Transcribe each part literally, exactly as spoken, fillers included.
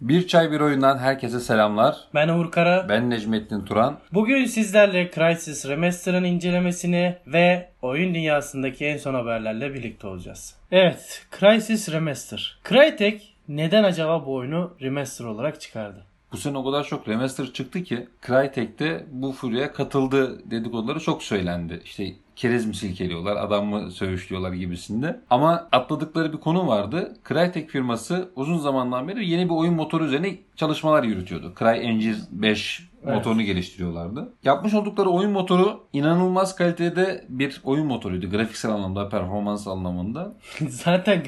Bir Çay Bir Oyundan herkese selamlar. Ben Uğur Kara. Ben Necmettin Turan. Bugün sizlerle Crysis Remaster'ın incelemesini ve oyun dünyasındaki en son haberlerle birlikte olacağız. Evet, Crysis Remaster. Crytek neden acaba bu oyunu remaster olarak çıkardı? Bu sene o kadar çok remaster çıktı ki Crytek de bu furyaya katıldı dedikoduları çok söylendi. İşte keriz mi silkeliyorlar, adam mı söğüşlüyorlar gibisinde. Ama atladıkları bir konu vardı. Crytek firması uzun zamandan beri yeni bir oyun motoru üzerine çalışmalar yürütüyordu. CryEngine beş evet. motorunu geliştiriyorlardı. Yapmış oldukları oyun motoru inanılmaz kalitede bir oyun motoruydu. Grafiksel anlamda, performans anlamında. Zaten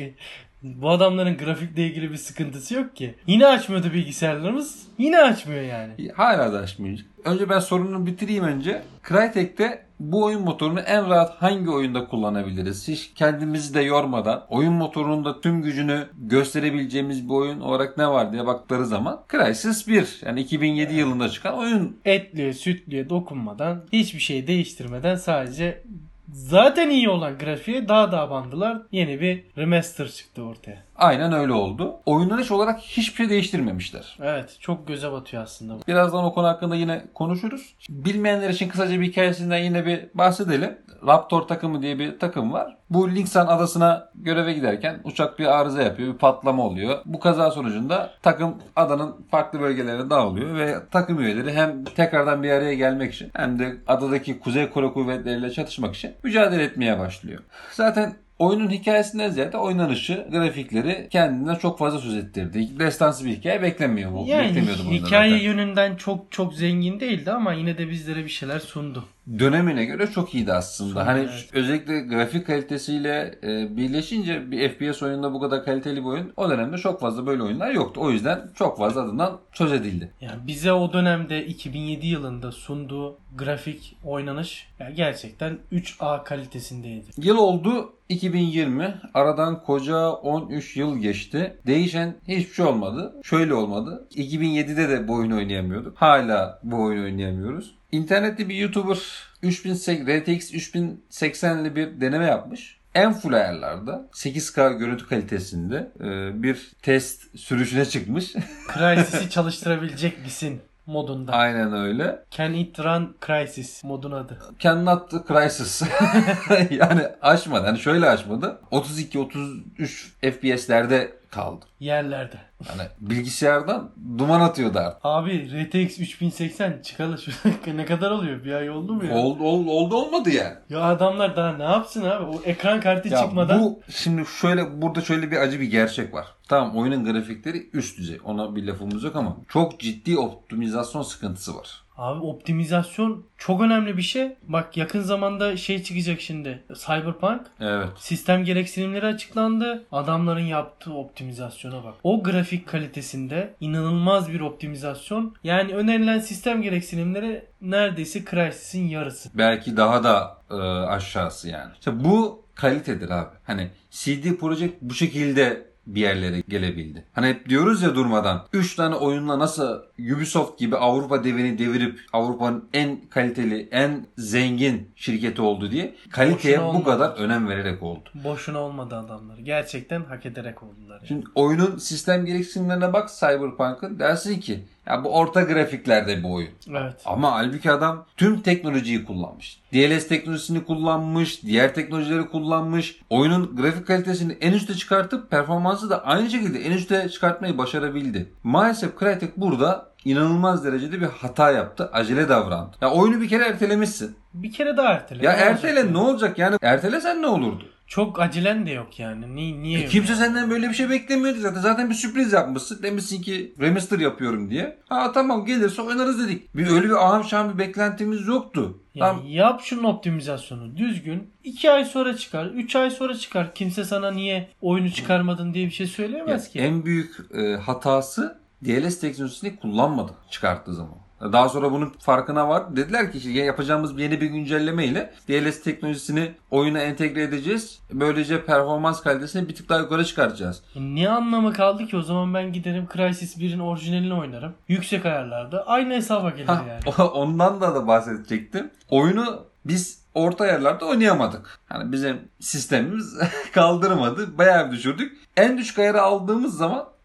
bu adamların grafikle ilgili bir sıkıntısı yok ki. Yine açmıyordu bilgisayarlarımız. Yine açmıyor yani. Hala da açmıyor. Önce ben sorunu bitireyim önce. Crytek'te bu oyun motorunu en rahat hangi oyunda kullanabiliriz? Hiç kendimizi de yormadan oyun motorunun da tüm gücünü gösterebileceğimiz bir oyun olarak ne var diye baktıkları zaman Crysis bir. Yani iki bin yedi yılında çıkan oyun. Etliye sütlüye dokunmadan, hiçbir şey değiştirmeden sadece zaten iyi olan grafiğe daha da abandılar. Yeni bir remaster çıktı ortaya. Aynen öyle oldu. Oynanış olarak hiçbir şey değiştirmemişler. Evet, çok göze batıyor aslında bu. Birazdan o konu hakkında yine konuşuruz. Bilmeyenler için kısaca bir hikayesinden yine bir bahsedelim. Raptor takımı diye bir takım var. Bu Linksan adasına göreve giderken uçak bir arıza yapıyor, bir patlama oluyor. Bu kaza sonucunda takım adanın farklı bölgelerine dağılıyor ve takım üyeleri hem tekrardan bir araya gelmek için hem de adadaki Kuzey Kore kuvvetleriyle çatışmak için mücadele etmeye başlıyor. Zaten oyunun hikayesinden ziyade oynanışı, grafikleri kendinden çok fazla söz ettirdi. Destansı bir hikaye beklemiyor bu. Yani Beklemiyordum hikaye zaten. Yönünden çok çok zengin değildi ama yine de bizlere bir şeyler sundu. Dönemine göre çok iyiydi aslında. Sundu, hani evet. Özellikle grafik kalitesiyle e, birleşince bir F P S oyununda bu kadar kaliteli bir oyun o dönemde çok fazla böyle oyunlar yoktu. O yüzden çok fazla adından söz edildi. Yani bize o dönemde iki bin yedi yılında sunduğu grafik oynanış yani gerçekten üç A kalitesindeydi. Yıl oldu iki bin yirmi. Aradan koca on üç yıl geçti. Değişen hiçbir şey olmadı. Şöyle olmadı. iki bin yedide de bu oyunu oynayamıyorduk. Hala bu oyunu oynayamıyoruz. İnternette bir YouTuber üç bin R T X üç bin seksenli bir deneme yapmış. En full ayarlarda sekiz K görüntü kalitesinde bir test sürüşüne çıkmış. Crysis'i çalıştırabilecek misin modunda. Aynen öyle. Can it run Crysis modun adı. Can not Crysis. Yani aşmadı. Yani şöyle aşmadı. otuz iki otuz üç F P S'lerde kaldı. Yerlerde. Yani bilgisayardan duman atıyordu artık. Abi R T X üç bin seksen çıkalı şu ne kadar oluyor? Bir ay oldu mu ya? Oldu, oldu, oldu olmadı yani. Ya adamlar daha ne yapsın abi? O ekran kartı ya çıkmadan. Bu şimdi şöyle burada şöyle bir acı bir gerçek var. Tamam oyunun grafikleri üst düzey. Ona bir lafımız yok ama çok ciddi optimizasyon sıkıntısı var. Abi optimizasyon çok önemli bir şey. Bak yakın zamanda şey çıkacak şimdi. Cyberpunk. Evet. Sistem gereksinimleri açıklandı. Adamların yaptığı optimizasyona bak. O grafik kalitesinde inanılmaz bir optimizasyon. Yani önerilen sistem gereksinimleri neredeyse Crysis'in yarısı. Belki daha da e, aşağısı yani. İşte bu kalitedir abi. Hani C D Projekt bu şekilde bir yerlere gelebildi. Hani hep diyoruz ya durmadan üç tane oyunla nasıl Ubisoft gibi Avrupa devini devirip Avrupa'nın en kaliteli, en zengin şirketi oldu diye kaliteye boşuna bu olmadı. Kadar önem vererek oldu. Boşuna olmadı adamları. Gerçekten hak ederek oldular. Yani. Şimdi oyunun sistem gereksinimlerine bak Cyberpunk'ın dersin ki ya bu orta grafiklerde bir oyun. Evet. Ama halbuki adam tüm teknolojiyi kullanmış. D L S teknolojisini kullanmış, diğer teknolojileri kullanmış. Oyunun grafik kalitesini en üste çıkartıp performansı da aynı şekilde en üste çıkartmayı başarabildi. Maalesef Crytek burada inanılmaz derecede bir hata yaptı. Acele davrandı. Ya oyunu bir kere ertelemişsin. Bir kere daha ertele. Ya ne ertele olacak ne olacak yani? Ertelesen ne olurdu? Çok acelen de yok yani. Niye? niye e kimse yani? Senden böyle bir şey beklemiyordu zaten. Zaten bir sürpriz yapmışsın. Demişsin ki remaster yapıyorum diye. Ha tamam gelirse oynarız dedik. Bir öyle bir aham şaham bir beklentimiz yoktu. Yani tamam. Yap şunun optimizasyonu düzgün. iki ay sonra çıkar. üç ay sonra çıkar. Kimse sana niye oyunu çıkarmadın diye bir şey söyleyemez ya, ki. En büyük e, hatası D L S teknolojisini kullanmadı çıkarttığı zaman. Daha sonra bunun farkına var. Dediler ki işte yapacağımız yeni bir güncelleme ile D L S teknolojisini oyuna entegre edeceğiz. Böylece performans kalitesini bir tık daha yukarı çıkaracağız. E ne anlamı kaldı ki? O zaman ben giderim Crysis birin orijinalini oynarım. Yüksek ayarlarda. Aynı hesaba gelir ha, yani. Ondan da da bahsedecektim. Oyunu biz orta ayarlarda oynayamadık. Hani bizim sistemimiz kaldırmadı. Bayağı bir düşürdük. En düşük ayarı aldığımız zaman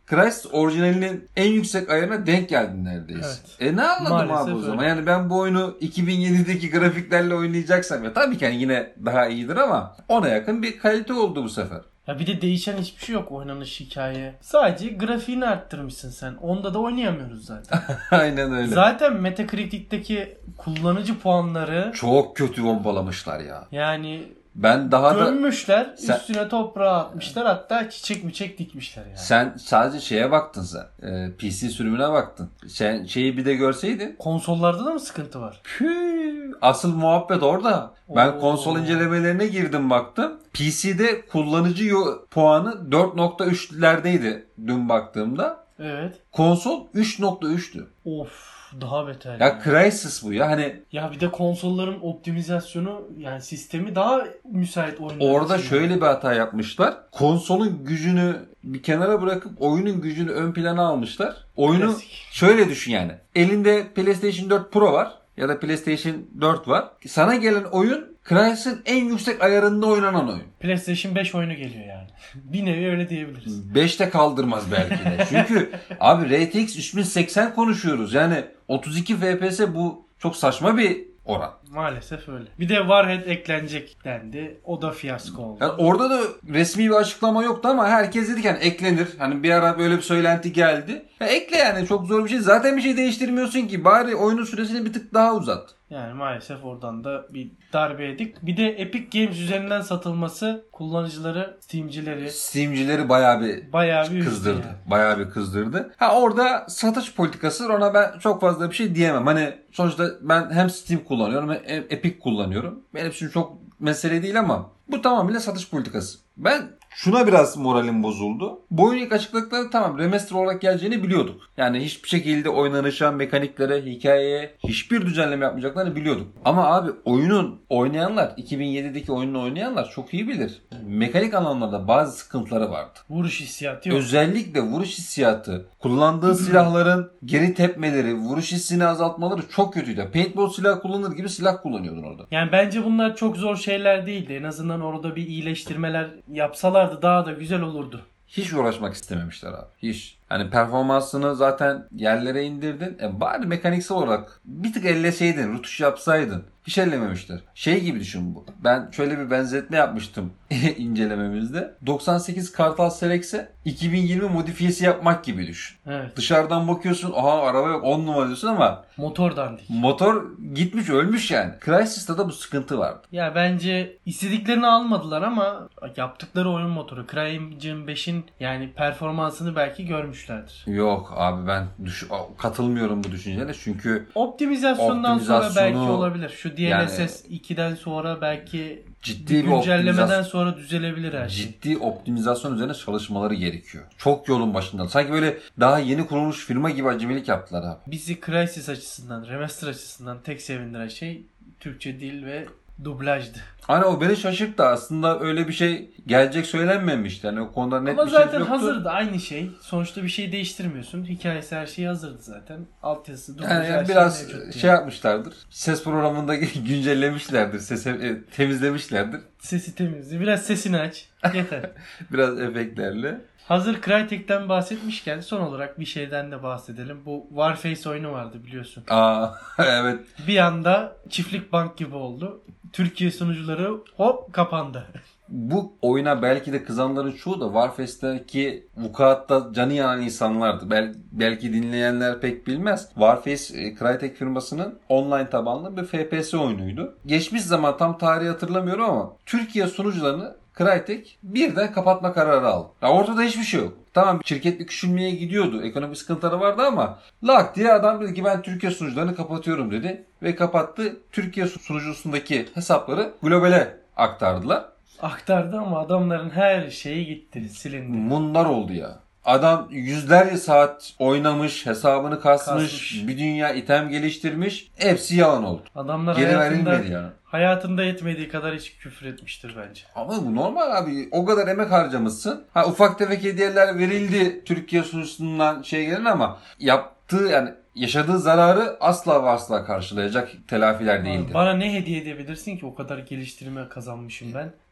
Crysis orijinalinin en yüksek ayarına denk geldin neredeyse. Evet. E ne anladım Maalesef abi o zaman? öyle. Yani ben bu oyunu iki bin yedideki grafiklerle oynayacaksam ya tabii ki yani yine daha iyidir ama ona yakın bir kalite oldu bu sefer. Ya bir de değişen hiçbir şey yok oynanış, hikaye. Sadece grafiğini arttırmışsın sen. Onda da oynayamıyoruz zaten. Aynen öyle. Zaten Metacritic'teki kullanıcı puanları Çok kötü bombalamışlar ya. yani Ben daha da gömmüşler, Sen- üstüne toprağı atmışlar, hatta çiçek miçek dikmişler yani. sen sadece şeye baktın sen. e, P C sürümüne baktın. Sen şeyi bir de görseydin. Konsollarda da mı sıkıntı var? Püh, asıl muhabbet orada. Ben Oo. konsol incelemelerine girdim baktım. P C'de kullanıcı yo- puanı dört nokta üçlerdeydi dün baktığımda. Evet. Konsol üç nokta üçtü. Of, daha beter. Ya Ya. Crysis bu ya. Hani Ya bir de konsolların optimizasyonu, yani sistemi daha müsait oyunlar orada için. şöyle bir hata yapmışlar. Konsolun gücünü bir kenara bırakıp oyunun gücünü ön plana almışlar. Oyunu Klasik. şöyle düşün yani. Elinde PlayStation dört Pro var ya da PlayStation dört var. Sana gelen oyun Crysis'in en yüksek ayarında oynanan oyun. PlayStation beş oyunu geliyor yani. Bir nevi öyle diyebiliriz. beşte kaldırmaz belki de. Çünkü abi R T X üç bin seksen konuşuyoruz. Yani otuz iki F P S bu çok saçma bir oran. Maalesef öyle. Bir de Warhead eklenecek dendi. O da fiyasko oldu. Yani orada da resmi bir açıklama yoktu ama herkes dedi ki hani eklenir. Hani bir ara böyle bir söylenti geldi. Ya ekle yani, çok zor bir şey. Zaten bir şey değiştirmiyorsun ki. Bari oyunun süresini bir tık daha uzat. Yani maalesef oradan da bir darbe yedik. Bir de Epic Games üzerinden satılması kullanıcıları, Steam'cileri Steam'cileri bayağı bir bayağı bir üzdü kızdırdı. yani. Bayağı bir kızdırdı. Ha orada satış politikası, ona ben çok fazla bir şey diyemem. Hani sonuçta ben hem Steam kullanıyorum hem Epic kullanıyorum. Benim için çok mesele değil ama bu tamamıyla satış politikası. Ben şuna biraz moralim bozuldu. Bu oyunu ilk açıkladıkları tamam remaster olarak geleceğini biliyorduk. Yani hiçbir şekilde oynanışa, mekaniklere, hikayeye hiçbir düzenleme yapmayacaklarını biliyorduk. Ama abi oyunun oynayanlar, iki bin yedideki oyununu oynayanlar çok iyi bilir. Mekanik anlamlarda bazı sıkıntıları vardı. Vuruş hissiyatı yok. Özellikle vuruş hissiyatı, kullandığı silahların geri tepmeleri, vuruş hissini azaltmaları çok kötüydü. Paintball silahı kullanır gibi silah kullanıyordun orada. Yani bence bunlar çok zor şeyler değildi. En azından orada bir iyileştirmeler yapsalardı daha da güzel olurdu. Hiç uğraşmak istememişler abi. Hiç. Hani performansını zaten yerlere indirdin. E bari mekaniksel olarak bir tık elleseydin, rutuş yapsaydın. Hiç ellememişler. Şey gibi düşün bu. Ben şöyle bir benzetme yapmıştım incelememizde. doksan sekiz Kartal Selex'e iki bin yirmi modifiyesi yapmak gibi düşün. Evet. Dışarıdan bakıyorsun, aha araba yok on numara diyorsun ama Motor dandik. motor gitmiş ölmüş yani. Crysis'ta da bu sıkıntı vardı. Ya bence istediklerini almadılar ama yaptıkları oyun motoru CryEngine beşin yani performansını belki görmüşlerdir. Yok abi ben düş- katılmıyorum bu düşüncene çünkü Optimizasyondan Optimizasyonu- sonra belki olabilir. Şu D L S S ikiden sonra belki ciddi bir bir güncellemeden optimizasyon, sonra düzelebilir her şey. ciddi optimizasyon üzerine çalışmaları gerekiyor. Çok yolun başında. Sanki böyle daha yeni kurulmuş firma gibi acemilik yaptılar abi. Bizi Crysis açısından, remaster açısından tek sevindiren şey Türkçe dil ve dublajdı. Hani o beni şaşırttı. Aslında öyle bir şey gelecek söylenmemişti. Yani o konuda net Ama bir şey zaten yoktu. hazırdı aynı şey. Sonuçta bir şey değiştirmiyorsun. Hikayesi her şey hazırdı zaten. Altyazısı, dublaj Yani, her yani şey biraz mevcuttu şey yani. yapmışlardır. Ses programında güncellemişlerdir. Sesi e, temizlemişlerdir. Sesi temizdi. Biraz sesini aç. Yeter. Biraz efektlerle. Hazır Crytek'ten bahsetmişken son olarak bir şeyden de bahsedelim. Bu Warface oyunu vardı biliyorsun. Aa evet. Bir anda çiftlik bank gibi oldu. Türkiye sunucuları hop kapandı. Bu oyuna belki de kızanların çoğu da Warface'teki vukuatta canı yanan insanlardı. Bel- belki dinleyenler pek bilmez. Warface, e, Crytek firmasının online tabanlı bir F P S oyunuydu. Geçmiş zaman tam tarihi hatırlamıyorum ama Türkiye sunucularını Crytek birden kapatma kararı aldı. Ya ortada hiçbir şey yok. Tamam şirket bir küçülmeye gidiyordu. Ekonomik sıkıntıları vardı ama lak diye adam dedi ki ben Türkiye sunucularını kapatıyorum dedi. Ve kapattı. Türkiye sunucusundaki hesapları globale aktardılar. Aktardı ama adamların her şeyi gitti, silindi. Bunlar oldu ya. Adam yüzlerce saat oynamış, hesabını kasmış, Kasmış. bir dünya item geliştirmiş. Hepsi yalan oldu. Adamlar Geri hayatında, verilmedi yani. hayatında yetmediği kadar hiç küfür etmiştir bence. Ama bu normal abi. O kadar emek harcamışsın. Ha ufak tefek hediyeler verildi Türkiye sunucusundan şey gelin ama yaptığı yani yaşadığı zararı asla ve asla karşılayacak telafiler değildi. Bana ne hediye edebilirsin ki o kadar geliştirme kazanmışım ben.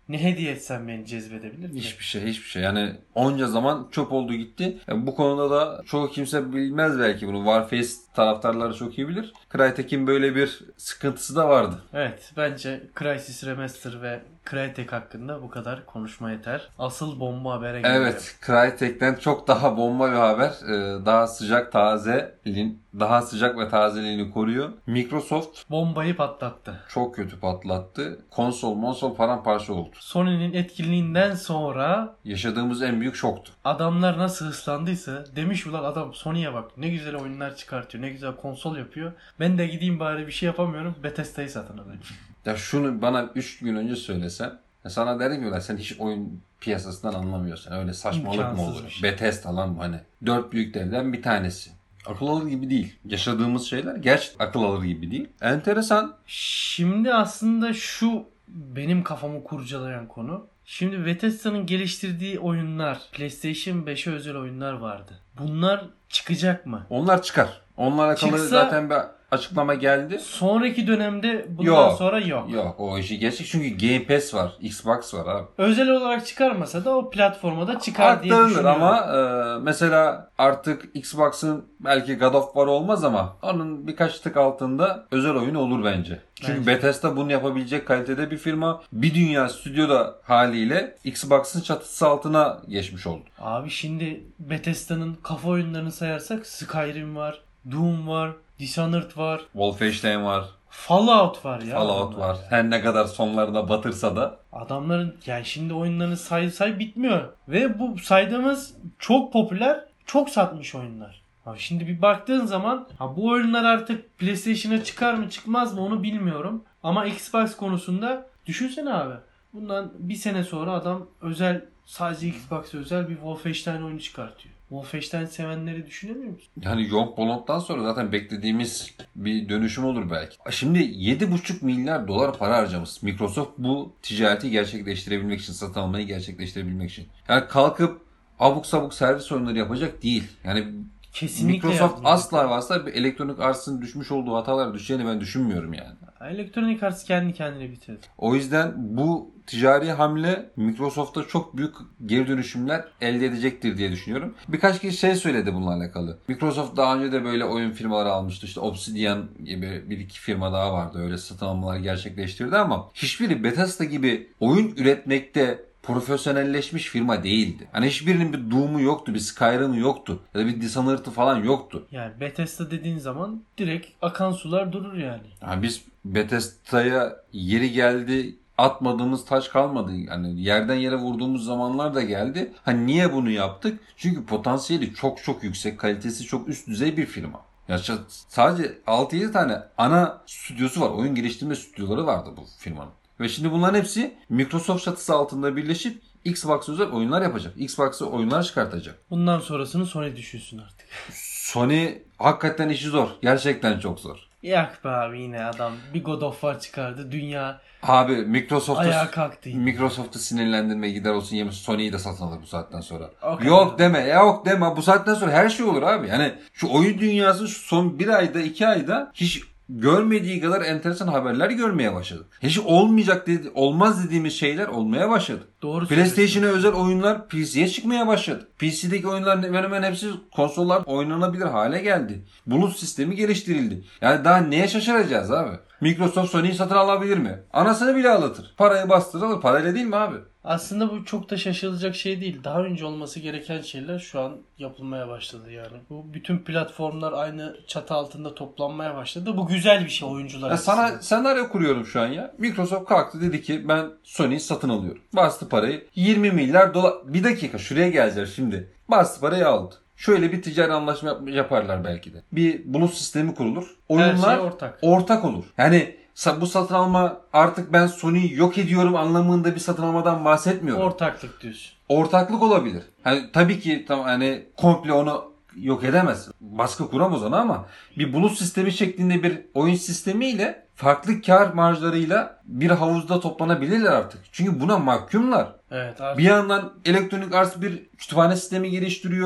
Ne hediye etsen beni cezbedebilir ki? Hiçbir şey, hiçbir şey. Yani onca zaman çöp oldu gitti. Yani bu konuda da çoğu kimse bilmez belki bunu. Warface taraftarları çok iyi bilir. Crytek'in böyle bir sıkıntısı da vardı. Evet, bence Crysis Remaster ve Crytek hakkında bu kadar konuşma yeter. Asıl bomba habere gelelim. Evet, Crytek'ten çok daha bomba bir haber. Ee, daha sıcak, taze, daha sıcak ve tazeliğini koruyor. Microsoft bombayı patlattı. Çok kötü patlattı. Konsol, monsol paramparça oldu. Sony'nin etkinliğinden sonra yaşadığımız en büyük şoktu. Adamlar nasıl hırslandıysa demiş ulan adam Sony'ye bak ne güzel oyunlar çıkartıyor, ne güzel konsol yapıyor. Ben de gideyim bari bir şey yapamıyorum. Bethesda'yı satın alayım. Ya şunu bana üç gün önce söylesen, ya sana derim ki sen hiç oyun piyasasından anlamıyorsun. Öyle saçmalık İmkansız mı olur? bir şey. Bethesda lan bu hani. Dört büyük devden bir tanesi. Akıl alır gibi değil. Yaşadığımız şeyler gerçekten akıl alır gibi değil. Enteresan. Şimdi aslında şu benim kafamı kurcalayan konu. Şimdi Bethesda'nın geliştirdiği oyunlar, PlayStation beşe özel oyunlar vardı. Bunlar çıkacak mı? Onlar çıkar. Onlarla alakalı Çıksa, zaten bir açıklama geldi. Sonraki dönemde bundan yok, sonra yok. Yok o işi gerçek çünkü Game Pass var, Xbox var abi. Özel olarak çıkarmasa da o platforma da çıkar diye Aktarılır düşünüyorum. ama e, mesela artık Xbox'ın belki God of War olmaz ama onun birkaç tık altında özel oyun olur bence. Çünkü Bence. Bethesda bunu yapabilecek kalitede bir firma. Bir dünya stüdyoda haliyle Xbox'ın çatısı altına geçmiş oldu. Abi şimdi Bethesda'nın kafa oyunlarını sayarsak Skyrim var, Doom var, Dishonored var, Wolfenstein var. Fallout var ya. Fallout var. Her ne kadar sonlarına batırsa da. Adamların yani şimdi oyunlarını say say bitmiyor. Ve bu saydığımız çok popüler, çok satmış oyunlar. Abi şimdi bir baktığın zaman ha bu oyunlar artık PlayStation'a çıkar mı çıkmaz mı onu bilmiyorum. Ama Xbox konusunda düşünsene abi. Bundan bir sene sonra adam özel sadece Xbox'a özel bir Wolfenstein oyunu çıkartıyor. Wolfenstein sevenleri düşünemiyor musun? Yani Youngblood'dan sonra zaten beklediğimiz bir dönüşüm olur belki. Şimdi yedi buçuk milyar dolar para harcamış Microsoft bu ticareti gerçekleştirebilmek için, satın almayı gerçekleştirebilmek için. Yani kalkıp abuk sabuk servis oyunları yapacak değil. Yani Kesinlikle Microsoft yapmayacak. asla ve asla bir elektronik artsın düşmüş olduğu hatalar düşeceğini ben düşünmüyorum yani. Elektronik Arts kendi kendine bitirdi. O yüzden bu ticari hamle Microsoft'ta çok büyük geri dönüşümler elde edecektir diye düşünüyorum. Birkaç kişi şey söyledi bununla alakalı. Microsoft daha önce de böyle oyun firmaları almıştı. İşte Obsidian gibi bir iki firma daha vardı. Öyle satın almalar gerçekleştirdi ama hiçbiri Bethesda gibi oyun üretmekte profesyonelleşmiş firma değildi. Hani hiçbirinin bir Doom'u yoktu, bir Skyrim'ı yoktu ya da bir Dishonored'ı falan yoktu. Yani Bethesda dediğin zaman direkt akan sular durur yani. Yani biz Bethesda'ya yeri geldi atmadığımız taş kalmadı. Yani yerden yere vurduğumuz zamanlar da geldi. Hani niye bunu yaptık? Çünkü potansiyeli çok çok yüksek, kalitesi çok üst düzey bir firma. Ya sadece altı yedi tane ana stüdyosu var. Oyun geliştirme stüdyoları vardı bu firmanın. Ve şimdi bunların hepsi Microsoft çatısı altında birleşip Xbox özel oyunlar yapacak. Xbox'a oyunlar çıkartacak. Bundan sonrasını Sony düşünsün artık. Sony hakikaten işi zor. Gerçekten çok zor. Yak be abi yine adam bir God of War çıkardı. Dünya Abi Microsoft'u ayağa kalktı. Microsoft'u sinirlendirme gider olsun yemiş Sony'yi de satın alır bu saatten sonra. Okay. Yok deme ya yok deme bu saatten sonra her şey olur abi. Yani şu oyun dünyası şu son bir ayda iki ayda hiç görmediği kadar enteresan haberler görmeye başladık. Hiç olmayacak dedi, olmaz dediğimiz şeyler olmaya başladı. Doğru. PlayStation'a özel oyunlar P C'ye çıkmaya başladı. P C'deki oyunlar hemen hemen hepsi konsollar oynanabilir hale geldi. Bulut sistemi geliştirildi. Yani daha neye şaşıracağız abi? Microsoft Sony'yi satın alabilir mi? Anasını bile ağlatır. Parayı bastırır alır. Parayla değil mi abi? Aslında bu çok da şaşılacak şey değil. Daha önce olması gereken şeyler şu an yapılmaya başladı yani. Bu bütün platformlar aynı çatı altında toplanmaya başladı. Bu güzel bir şey oyuncular Ya açısından. sana senaryo kuruyorum şu an ya. Microsoft kalktı dedi ki ben Sony'yi satın alıyorum. Bastı parayı. yirmi milyar dolar. Bir dakika şuraya geleceğiz şimdi. Bastı parayı aldı. Şöyle bir ticari anlaşma yap- yaparlar belki de. Bir bulut sistemi kurulur. Oyunlar Her şey ortak. ortak olur. Yani bu satın alma artık ben Sony'yi yok ediyorum anlamında bir satın almadan bahsetmiyorum. Ortaklık diyorsun. Ortaklık olabilir. Hani tabii ki tam hani komple onu yok edemez. Baskı kuramaz ona ama bir bulut sistemi şeklinde bir oyun sistemiyle farklı kar marjlarıyla bir havuzda toplanabilirler artık. Çünkü buna mahkumlar. Evet abi. Bir yandan Electronic Arts bir kütüphane sistemi geliştiriyor.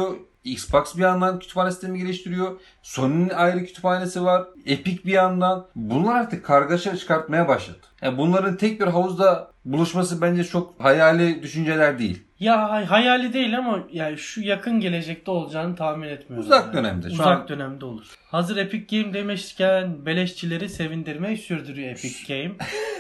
Xbox bir yandan kütüphane sistemi geliştiriyor. Sony'nin ayrı kütüphanesi var. Epic bir yandan. Bunlar artık kargaşa çıkartmaya başladı. Yani bunların tek bir havuzda buluşması bence çok hayali düşünceler değil. Ya hay- hayali değil ama yani şu yakın gelecekte olacağını tahmin etmiyorum. Uzak yani. dönemde. Şu Uzak an... dönemde olur. Hazır Epic Game demişken beleşçileri sevindirmeyi sürdürüyor Epic Game.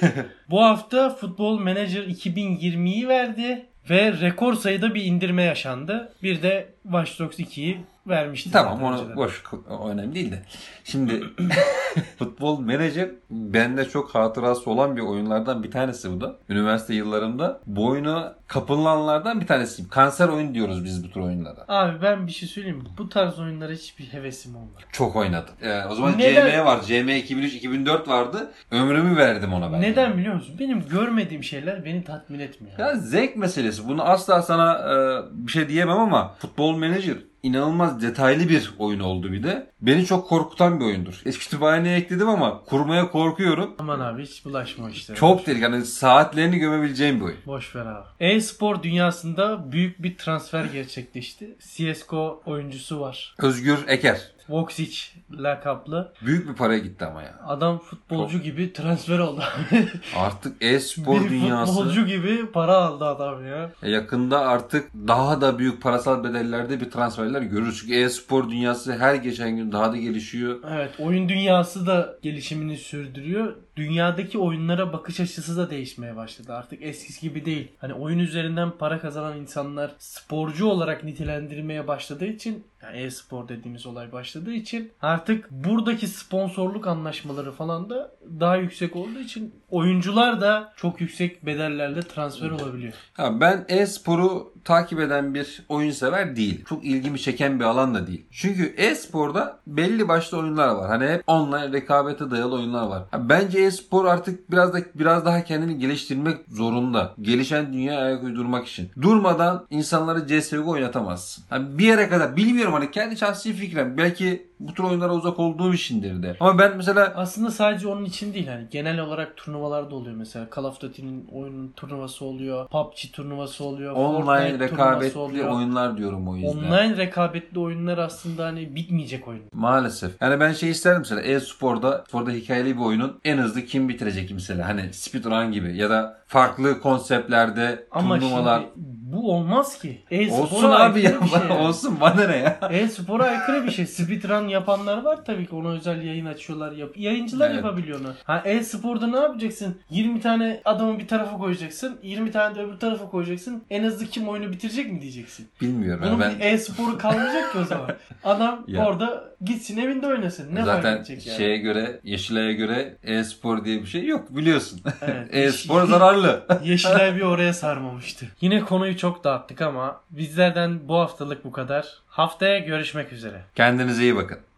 Bu hafta Football Manager iki bin yirmiyi verdi ve rekor sayıda bir indirme yaşandı. Bir de Watch Dogs ikiyi vermişti. Tamam onu önceden. Boş, o önemli değil de. Şimdi Football Manager bende çok hatırası olan bir oyunlardan bir tanesi bu da. Üniversite yıllarımda bu oyuna kapılanlardan bir tanesiyim. Kanser oyun diyoruz biz bu tür oyunlara. Abi ben bir şey söyleyeyim mi? Bu tarz oyunlara hiçbir hevesim olmadı. Çok oynadım. Ee, o zaman Neden? C M var. C M iki bin üç iki bin dört vardı. Ömrümü verdim ona ben. Neden yani. biliyor musun? Benim görmediğim şeyler beni tatmin etmiyor. Ya zevk meselesi. Bunu asla sana e, bir şey diyemem ama Football Manager inanılmaz detaylı bir oyun oldu bir de. Beni çok korkutan bir oyundur. Eski kütüphaneye ekledim ama kurmaya korkuyorum. Aman abi hiç bulaşma işte. Çok tehlikeli. Yani saatlerini gömebileceğim bir oyun. Boş ver abi. E-spor dünyasında büyük bir transfer gerçekleşti. C S G O oyuncusu var. Özgür Eker. Voxic lakaplı. Büyük bir paraya gitti ama ya. Adam futbolcu Çok. gibi transfer oldu. Artık e-spor bir dünyası. futbolcu gibi para aldı adam ya. Yakında artık daha da büyük parasal bedellerde bir transferler görürüz. Çünkü e-spor dünyası her geçen gün daha da gelişiyor. Evet, oyun dünyası da gelişimini sürdürüyor. Dünyadaki oyunlara bakış açısı da değişmeye başladı. Artık eskisi gibi değil. Hani oyun üzerinden para kazanan insanlar sporcu olarak nitelendirmeye başladığı için, yani e-spor dediğimiz olay başladığı için artık buradaki sponsorluk anlaşmaları falan da daha yüksek olduğu için oyuncular da çok yüksek bedellerle transfer olabiliyor. Ha, ben e-sporu takip eden bir oyun sever değil. Çok ilgimi çeken bir alan da değil. Çünkü e-sporda belli başlı oyunlar var. Hani hep online rekabete dayalı oyunlar var. Ha, bence e-spor artık biraz da biraz daha kendini geliştirmek zorunda. Gelişen dünyaya ayak uydurmak için. Durmadan insanları C S G O oynatamazsın. Ha, bir yere kadar bilmiyorum, hani kendi şahsi fikrim. Belki bu tür oyunlara uzak olduğum içindir de. Ama ben mesela aslında sadece onun için değil, hani genel olarak turnuvalarda oluyor mesela. Call of Duty'nin oyunun turnuvası oluyor. P U B G turnuvası oluyor. Online Fortnite rekabetli oluyor. oyunlar diyorum o yüzden. Online rekabetli oyunlar aslında hani bitmeyecek oyun. Maalesef. Yani ben şey isterdim mesela e-sporda, sporda hikayeli bir oyunun en hızlı kim bitirecek mesela. Hani speedrun gibi ya da farklı konseptlerde ama turnuvalar. Şimdi bu olmaz ki. E-spora olsun abi ya. bir şey yani. Olsun bana ne ya. E-spora aykırı bir şey. Speedrun yapanlar var tabii ki. Ona özel yayın açıyorlar. Yap Yayıncılar Evet. yapabiliyor onu. Ha, e-sporda ne yapacaksın? yirmi tane adamı bir tarafa koyacaksın. yirmi tane de öbür tarafa koyacaksın. En hızlı kim oyunu bitirecek mi diyeceksin. Bilmiyorum. Bunun ben... bir e-sporu kalmayacak ki o zaman. Adam Ya. orada gitsin evinde oynasın. Ne Zaten fark edecek yani? şeye göre, Yeşilay'a göre e-spor diye bir şey yok biliyorsun. Evet. E-spor zararlı. Yeşilay bir oraya sarmamıştı. Yine konuyu çok dağıttık ama bizlerden bu haftalık bu kadar. Haftaya görüşmek üzere. Kendinize iyi bakın.